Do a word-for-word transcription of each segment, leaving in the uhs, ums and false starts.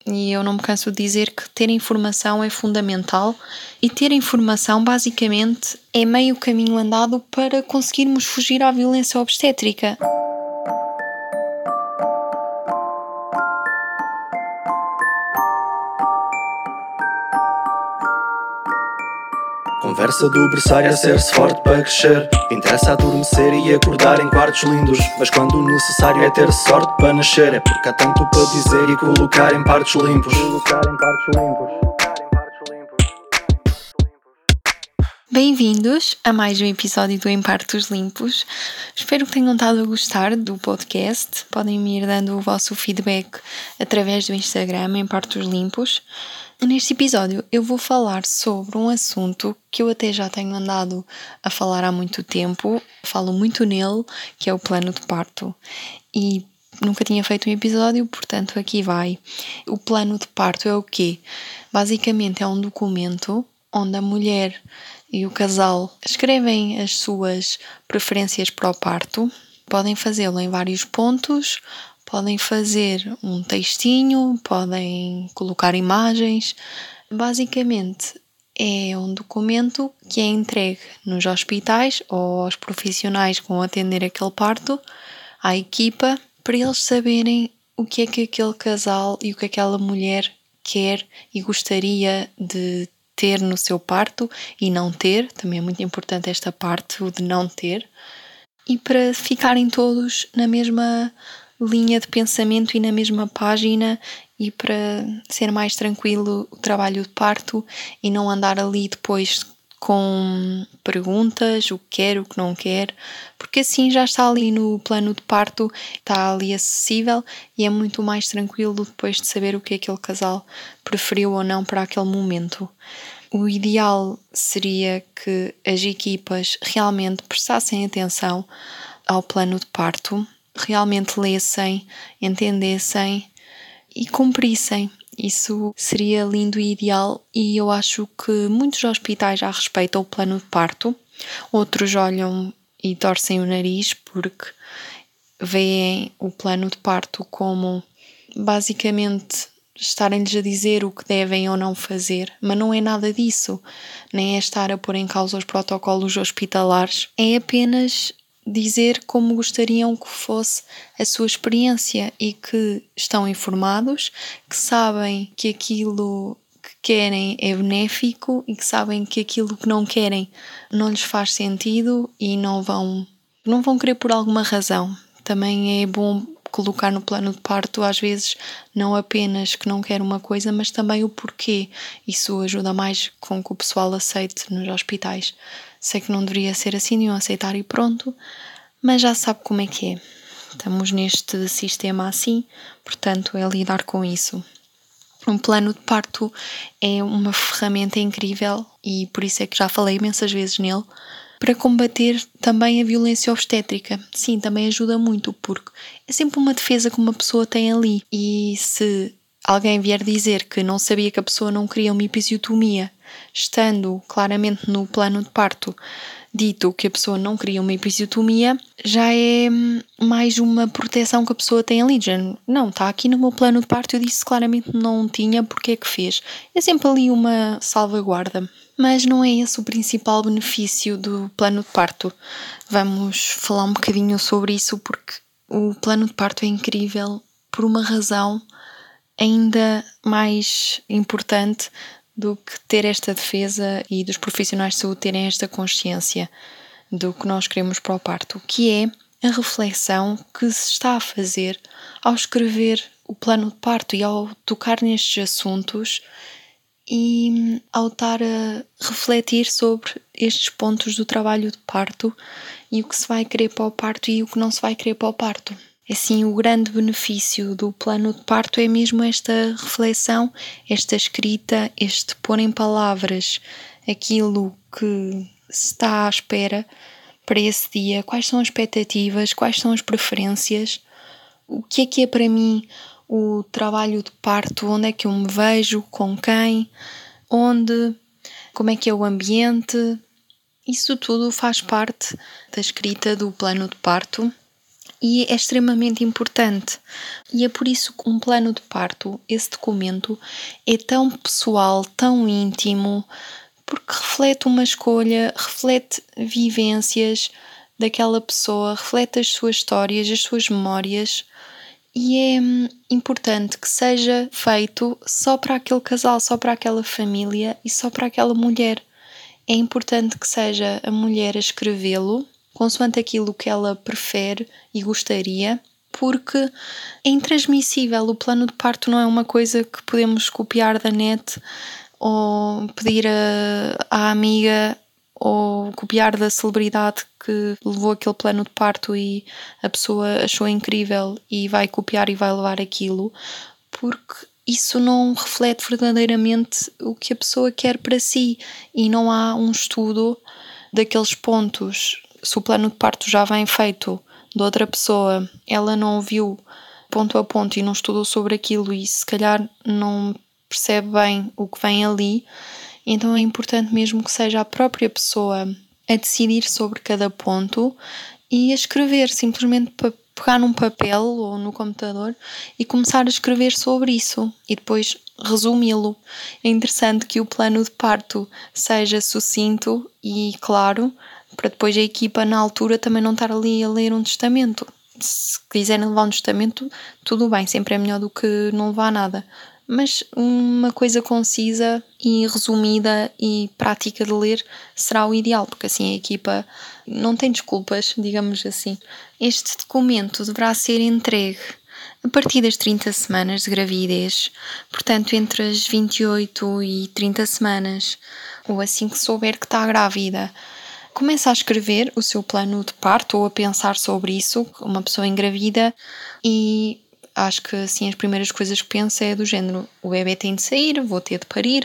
E eu não me canso de dizer que ter informação é fundamental e ter informação basicamente é meio caminho andado para conseguirmos fugir à violência obstétrica. Conversa do berçário a ser-se forte para crescer. Interessa adormecer e acordar em quartos lindos. Mas quando o necessário é ter sorte para nascer, é porque há tanto para dizer e colocar em partes limpos. Colocar em partes limpos. Bem-vindos a mais um episódio do Em Partos Limpos. Espero que tenham estado a gostar do podcast. Podem me ir dando o vosso feedback através do Instagram, Em Partos Limpos. Neste episódio eu vou falar sobre um assunto que eu até já tenho andado a falar há muito tempo. Falo muito nele, que é o plano de parto. E nunca tinha feito um episódio, portanto aqui vai. O plano de parto é o quê? Basicamente é um documento onde a mulher e o casal escrevem as suas preferências para o parto. Podem fazê-lo em vários pontos, podem fazer um textinho, podem colocar imagens. Basicamente é um documento que é entregue nos hospitais ou aos profissionais que vão atender aquele parto, à equipa, para eles saberem o que é que aquele casal e o que aquela mulher quer e gostaria de ter no seu parto e não ter, também é muito importante esta parte, o de não ter, e para ficarem todos na mesma linha de pensamento e na mesma página e para ser mais tranquilo o trabalho de parto e não andar ali depois com perguntas, o que quer, o que não quer, porque assim já está ali no plano de parto, está ali acessível e é muito mais tranquilo depois de saber o que aquele casal preferiu ou não para aquele momento. O ideal seria que as equipas realmente prestassem atenção ao plano de parto, realmente lessem, entendessem e cumprissem. Isso seria lindo e ideal e eu acho que muitos hospitais já respeitam o plano de parto, outros olham e torcem o nariz porque veem o plano de parto como basicamente estarem-lhes a dizer o que devem ou não fazer, mas não é nada disso, nem é estar a pôr em causa os protocolos hospitalares, é apenas dizer como gostariam que fosse a sua experiência e que estão informados, que sabem que aquilo que querem é benéfico e que sabem que aquilo que não querem não lhes faz sentido e não vão, não vão querer por alguma razão. Também é bom colocar no plano de parto, às vezes, não apenas que não quer uma coisa, mas também o porquê. Isso ajuda mais com que o pessoal aceite nos hospitais. Sei que não deveria ser assim, nenhum aceitar e pronto, mas já sabe como é que é. Estamos neste sistema assim, portanto é lidar com isso. Um plano de parto é uma ferramenta incrível e por isso é que já falei imensas vezes nele, para combater também a violência obstétrica. Sim, também ajuda muito, porque é sempre uma defesa que uma pessoa tem ali. E se alguém vier dizer que não sabia que a pessoa não queria uma episiotomia, estando claramente no plano de parto dito que a pessoa não queria uma episiotomia, já é mais uma proteção que a pessoa tem ali. Já não, está aqui no meu plano de parto, eu disse claramente não tinha, porque é que fez? É sempre ali uma salvaguarda. Mas não é esse o principal benefício do plano de parto. Vamos falar um bocadinho sobre isso porque o plano de parto é incrível por uma razão ainda mais importante do que ter esta defesa e dos profissionais de saúde terem esta consciência do que nós queremos para o parto, que é a reflexão que se está a fazer ao escrever o plano de parto e ao tocar nestes assuntos e ao estar a refletir sobre estes pontos do trabalho de parto e o que se vai querer para o parto e o que não se vai querer para o parto. Assim, o grande benefício do plano de parto é mesmo esta reflexão, esta escrita, este pôr em palavras aquilo que se está à espera para esse dia, quais são as expectativas, quais são as preferências, o que é que é para mim o trabalho de parto, onde é que eu me vejo, com quem, onde, como é que é o ambiente. Isso tudo faz parte da escrita do plano de parto e é extremamente importante. E é por isso que um plano de parto, esse documento, é tão pessoal, tão íntimo, porque reflete uma escolha, reflete vivências daquela pessoa, reflete as suas histórias, as suas memórias, e é hum, importante que seja feito só para aquele casal, só para aquela família e só para aquela mulher. É importante que seja a mulher a escrevê-lo, consoante aquilo que ela prefere e gostaria, porque é intransmissível. O plano de parto não é uma coisa que podemos copiar da net ou pedir a, à amiga ou copiar da celebridade que levou aquele plano de parto e a pessoa achou incrível e vai copiar e vai levar aquilo, porque isso não reflete verdadeiramente o que a pessoa quer para si e não há um estudo daqueles pontos. Se o plano de parto já vem feito de outra pessoa, ela não viu ponto a ponto e não estudou sobre aquilo e se calhar não percebe bem o que vem ali, então é importante mesmo que seja a própria pessoa a decidir sobre cada ponto e a escrever, simplesmente para pegar num papel ou no computador e começar a escrever sobre isso e depois resumi-lo. É interessante que o plano de parto seja sucinto e claro, para depois a equipa na altura também não estar ali a ler um testamento. Se quiserem levar um testamento, tudo bem, sempre é melhor do que não levar nada. Mas uma coisa concisa e resumida e prática de ler será o ideal, porque assim a equipa não tem desculpas, digamos assim. Este documento deverá ser entregue a partir das trinta semanas de gravidez, portanto entre as vinte e oito e trinta semanas, ou assim que souber que está grávida. Começa a escrever o seu plano de parto ou a pensar sobre isso, uma pessoa engravida, e acho que assim as primeiras coisas que penso é do género: o bebê tem de sair, vou ter de parir,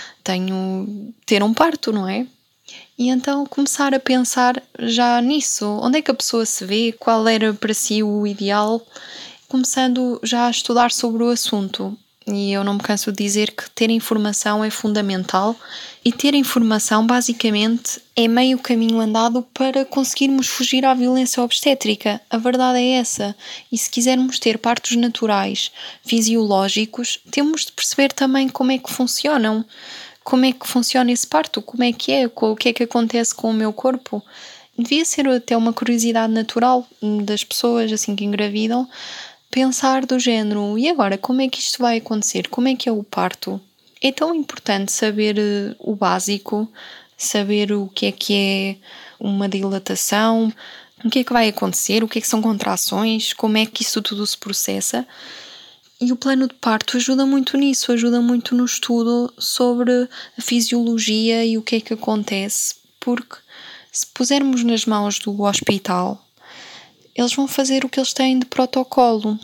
tenho de ter um parto, não é? E então começar a pensar já nisso, onde é que a pessoa se vê, qual era para si o ideal, começando já a estudar sobre o assunto. E eu não me canso de dizer que ter informação é fundamental e ter informação basicamente é meio caminho andado para conseguirmos fugir à violência obstétrica. A verdade é essa. E se quisermos ter partos naturais, fisiológicos, temos de perceber também como é que funcionam. Como é que funciona esse parto? Como é que é? O que é que acontece com o meu corpo? Devia ser até uma curiosidade natural das pessoas assim que engravidam, pensar do género: e agora, como é que isto vai acontecer? Como é que é o parto? É tão importante saber uh, o básico, saber o que é que é uma dilatação, o que é que vai acontecer, o que é que são contrações, como é que isso tudo se processa. E o plano de parto ajuda muito nisso, ajuda muito no estudo sobre a fisiologia e o que é que acontece, porque se pusermos nas mãos do hospital, eles vão fazer o que eles têm de protocolo.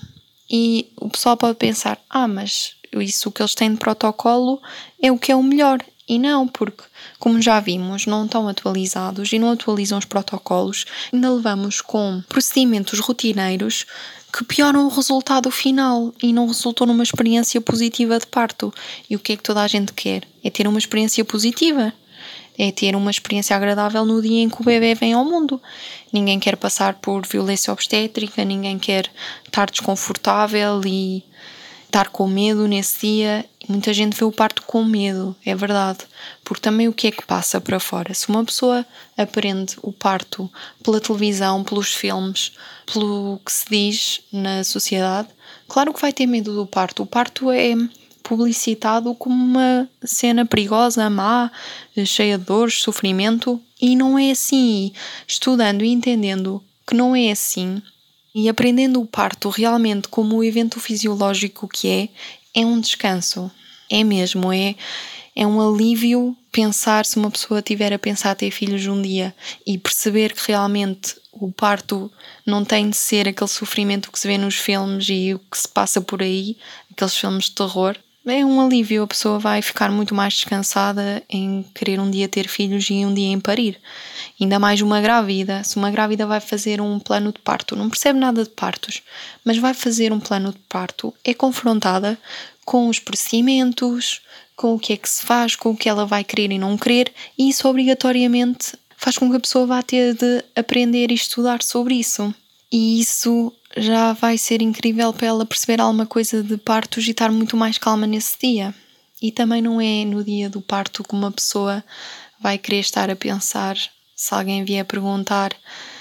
E o pessoal pode pensar: ah, mas isso que eles têm de protocolo é o que é o melhor. E não, porque, como já vimos, não estão atualizados e não atualizam os protocolos. Ainda levamos com procedimentos rotineiros que pioram o resultado final e não resultam numa experiência positiva de parto. E o que é que toda a gente quer? É ter uma experiência positiva. É ter uma experiência agradável no dia em que o bebê vem ao mundo. Ninguém quer passar por violência obstétrica, ninguém quer estar desconfortável e estar com medo nesse dia. Muita gente vê o parto com medo, é verdade, porque também o que é que passa para fora? Se uma pessoa aprende o parto pela televisão, pelos filmes, pelo que se diz na sociedade, claro que vai ter medo do parto. O parto é publicitado como uma cena perigosa, má, cheia de dores, sofrimento, e não é assim. Estudando e entendendo que não é assim e aprendendo o parto realmente como o evento fisiológico que é, é um descanso. É mesmo, é, é um alívio pensar, se uma pessoa estiver a pensar ter filhos um dia e perceber que realmente o parto não tem de ser aquele sofrimento que se vê nos filmes e o que se passa por aí, aqueles filmes de terror. É um alívio, a pessoa vai ficar muito mais descansada em querer um dia ter filhos e um dia em parir. Ainda mais uma grávida. Se uma grávida vai fazer um plano de parto, não percebe nada de partos, mas vai fazer um plano de parto, é confrontada com os procedimentos, com o que é que se faz, com o que ela vai querer e não querer, e isso obrigatoriamente faz com que a pessoa vá ter de aprender e estudar sobre isso. E isso já vai ser incrível para ela perceber alguma coisa de partos e estar muito mais calma nesse dia. E também não é no dia do parto que uma pessoa vai querer estar a pensar, se alguém vier perguntar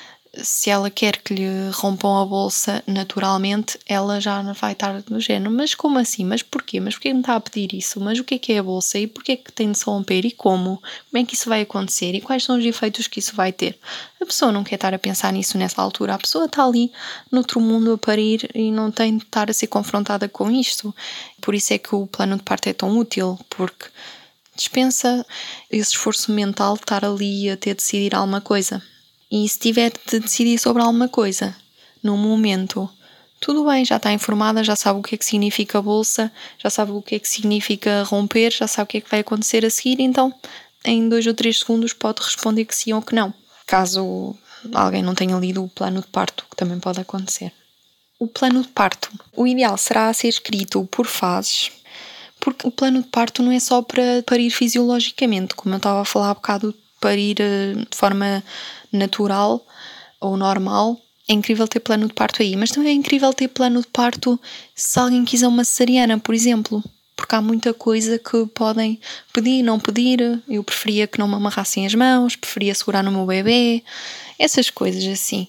se ela quer que lhe rompam a bolsa naturalmente, ela já vai estar do género, mas como assim? Mas porquê? Mas porquê me está a pedir isso? Mas o que é que é a bolsa? E porquê é que tem de se romper? E como? Como é que isso vai acontecer? E quais são os efeitos que isso vai ter? A pessoa não quer estar a pensar nisso nessa altura. A pessoa está ali noutro mundo a parir e não tem de estar a ser confrontada com isto. Por isso é que o plano de parto é tão útil, porque dispensa esse esforço mental de estar ali a ter de decidir alguma coisa. E se tiver de decidir sobre alguma coisa, no momento, tudo bem, já está informada, já sabe o que é que significa bolsa, já sabe o que é que significa romper, já sabe o que é que vai acontecer a seguir, então em dois ou três segundos pode responder que sim ou que não. Caso alguém não tenha lido o plano de parto, que também pode acontecer. O plano de parto, o ideal será ser escrito por fases, porque o plano de parto não é só para parir fisiologicamente, como eu estava a falar há bocado, parir de forma natural ou normal. É incrível ter plano de parto aí, mas também é incrível ter plano de parto se alguém quiser uma cesariana, por exemplo, porque há muita coisa que podem pedir, não pedir. Eu preferia que não me amarrassem as mãos, preferia segurar no meu bebê, essas coisas assim.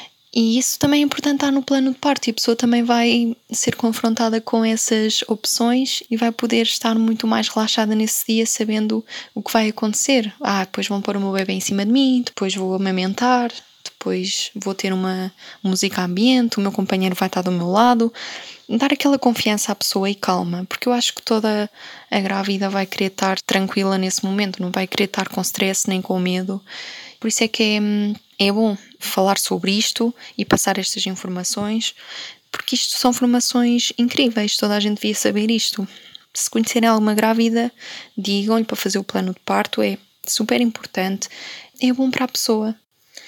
E isso também é importante estar no plano de parto e a pessoa também vai ser confrontada com essas opções e vai poder estar muito mais relaxada nesse dia sabendo o que vai acontecer. Ah, depois vão pôr o meu bebê em cima de mim, depois vou amamentar, depois vou ter uma música ambiente, o meu companheiro vai estar do meu lado. Dar aquela confiança à pessoa e calma, porque eu acho que toda a grávida vai querer estar tranquila nesse momento, não vai querer estar com stress nem com medo. Por isso é que é, é bom falar sobre isto e passar estas informações, porque isto são informações incríveis, toda a gente devia saber isto. Se conhecerem alguma grávida, digam-lhe para fazer o plano de parto, é super importante, é bom para a pessoa.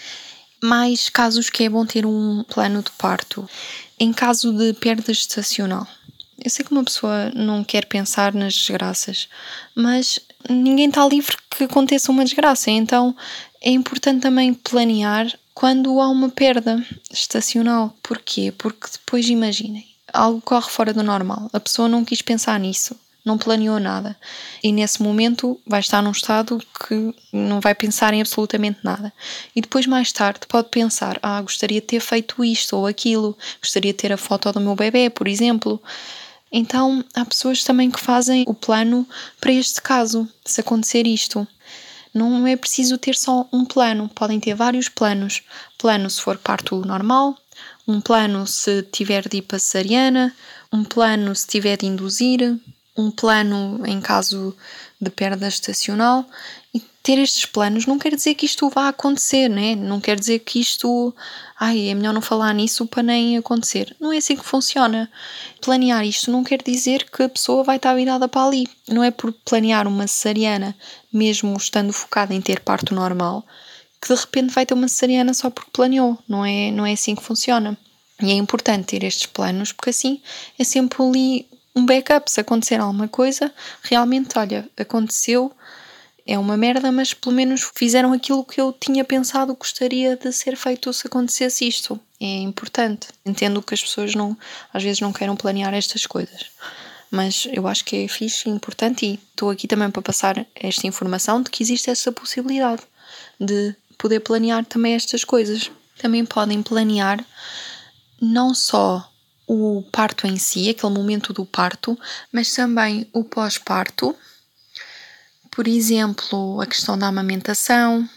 Mais casos que é bom ter um plano de parto. Em caso de perda gestacional. Eu sei que uma pessoa não quer pensar nas desgraças, mas ninguém está livre que aconteça uma desgraça, então é importante também planear quando há uma perda gestacional. Porquê? Porque depois imaginem, algo corre fora do normal, a pessoa não quis pensar nisso, não planeou nada e nesse momento vai estar num estado que não vai pensar em absolutamente nada e depois mais tarde pode pensar, ah, gostaria de ter feito isto ou aquilo, gostaria de ter a foto do meu bebê, por exemplo. Então há pessoas também que fazem o plano para este caso, se acontecer isto. Não é preciso ter só um plano, podem ter vários planos. Plano se for parto normal, um plano se tiver de ir para cesariana, um plano se tiver de induzir, um plano em caso de perda gestacional. E ter estes planos não quer dizer que isto vá acontecer, né? Não quer dizer que isto... Ai, é melhor não falar nisso para nem acontecer. Não é assim que funciona. Planear isto não quer dizer que a pessoa vai estar virada para ali. Não é por planear uma cesariana, mesmo estando focada em ter parto normal, que de repente vai ter uma cesariana só porque planeou. Não é, não é assim que funciona. E é importante ter estes planos porque assim é sempre ali um backup. Se acontecer alguma coisa, realmente, olha, aconteceu, é uma merda, mas pelo menos fizeram aquilo que eu tinha pensado que gostaria de ser feito se acontecesse isto. É importante. Entendo que as pessoas não, às vezes não queiram planear estas coisas. Mas eu acho que é fixe e importante e estou aqui também para passar esta informação de que existe essa possibilidade de poder planear também estas coisas. Também podem planear não só o parto em si, aquele momento do parto, mas também o pós-parto. Por exemplo, a questão da amamentação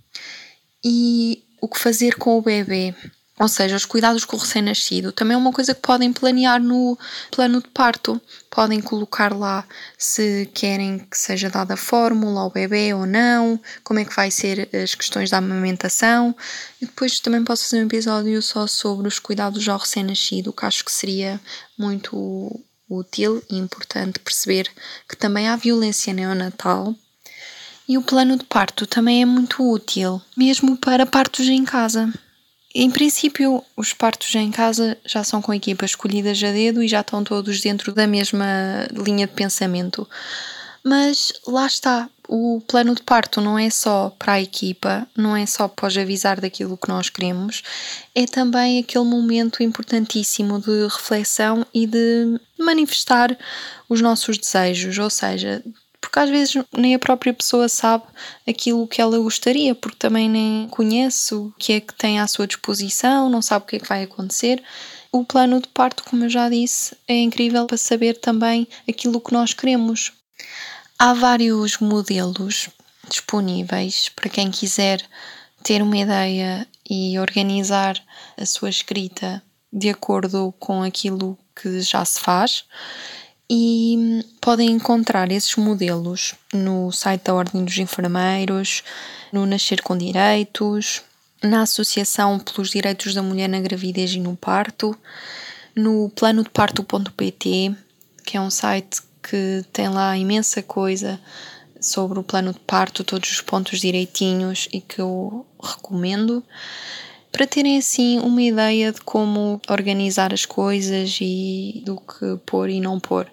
e o que fazer com o bebê. Ou seja, os cuidados com o recém-nascido também é uma coisa que podem planear no plano de parto. Podem colocar lá se querem que seja dada fórmula ao bebê ou não, como é que vai ser as questões da amamentação. E depois também posso fazer um episódio só sobre os cuidados ao recém-nascido, que acho que seria muito útil e importante perceber que também há violência neonatal. E o plano de parto também é muito útil, mesmo para partos em casa. Em princípio, os partos em casa já são com equipas escolhidas a dedo e já estão todos dentro da mesma linha de pensamento. Mas lá está, O plano de parto não é só para a equipa, não é só para os avisar daquilo que nós queremos, é também aquele momento importantíssimo de reflexão e de manifestar os nossos desejos, ou seja, porque às vezes nem a própria pessoa sabe aquilo que ela gostaria, porque também nem conhece o que é que tem à sua disposição, não sabe o que é que vai acontecer. O plano de parto, como eu já disse, é incrível para saber também aquilo que nós queremos. Há vários modelos disponíveis para quem quiser ter uma ideia e organizar a sua escrita de acordo com aquilo que já se faz, e podem encontrar esses modelos no site da Ordem dos Enfermeiros, no Nascer com Direitos, na Associação pelos Direitos da Mulher na Gravidez e no Parto, no plano de parto ponto pt, que é um site que tem lá imensa coisa sobre o plano de parto, todos os pontos direitinhos, e que eu recomendo, para terem assim uma ideia de como organizar as coisas e do que pôr e não pôr.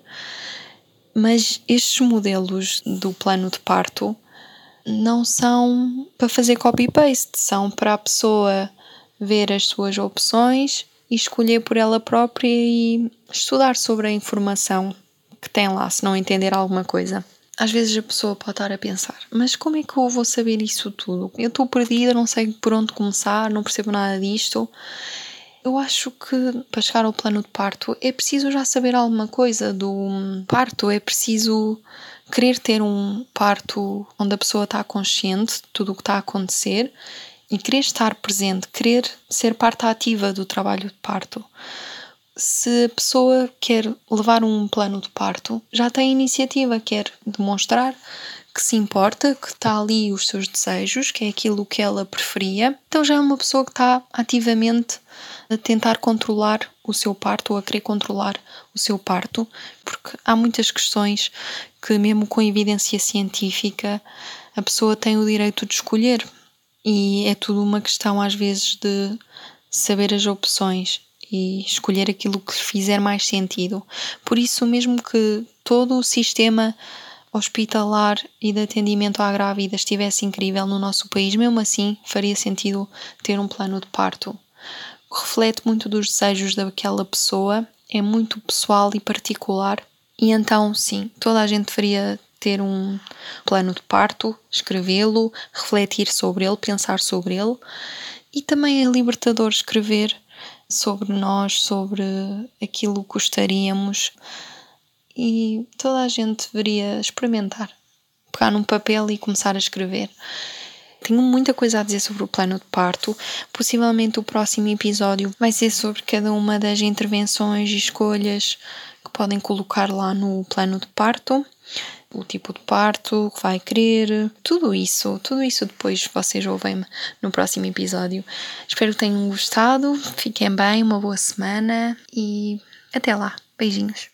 Mas estes modelos do plano de parto não são para fazer copy-paste, são para a pessoa ver as suas opções e escolher por ela própria e estudar sobre a informação que tem lá, se não entender alguma coisa. Às vezes a pessoa pode estar a pensar, mas como é que eu vou saber isso tudo? Eu estou perdida, não sei por onde começar, não percebo nada disto. Eu acho que para chegar ao plano de parto é preciso já saber alguma coisa do parto, é preciso querer ter um parto onde a pessoa está consciente de tudo o que está a acontecer e querer estar presente, querer ser parte ativa do trabalho de parto. Se a pessoa quer levar um plano de parto, já tem iniciativa, quer demonstrar que se importa, que está ali os seus desejos, que é aquilo que ela preferia, então já é uma pessoa que está ativamente a tentar controlar o seu parto ou a querer controlar o seu parto, porque há muitas questões que, mesmo com evidência científica, a pessoa tem o direito de escolher, e é tudo uma questão às vezes de saber as opções e escolher aquilo que lhe fizer mais sentido. Por isso, mesmo que todo o sistema hospitalar e de atendimento à grávida estivesse incrível no nosso país, mesmo assim faria sentido ter um plano de parto. Reflete muito dos desejos daquela pessoa, é muito pessoal e particular, e então sim, toda a gente deveria ter um plano de parto, escrevê-lo, refletir sobre ele, pensar sobre ele, e também é libertador escrever sobre nós, sobre aquilo que gostaríamos, e toda a gente deveria experimentar, pegar num papel e começar a escrever. Tenho muita coisa a dizer sobre o plano de parto. Possivelmente o próximo episódio vai ser sobre cada uma das intervenções e escolhas que podem colocar lá no plano de parto, o tipo de parto que vai querer, tudo isso, tudo isso depois vocês ouvem-me no próximo episódio. Espero que tenham gostado, fiquem bem, uma boa semana e até lá, beijinhos.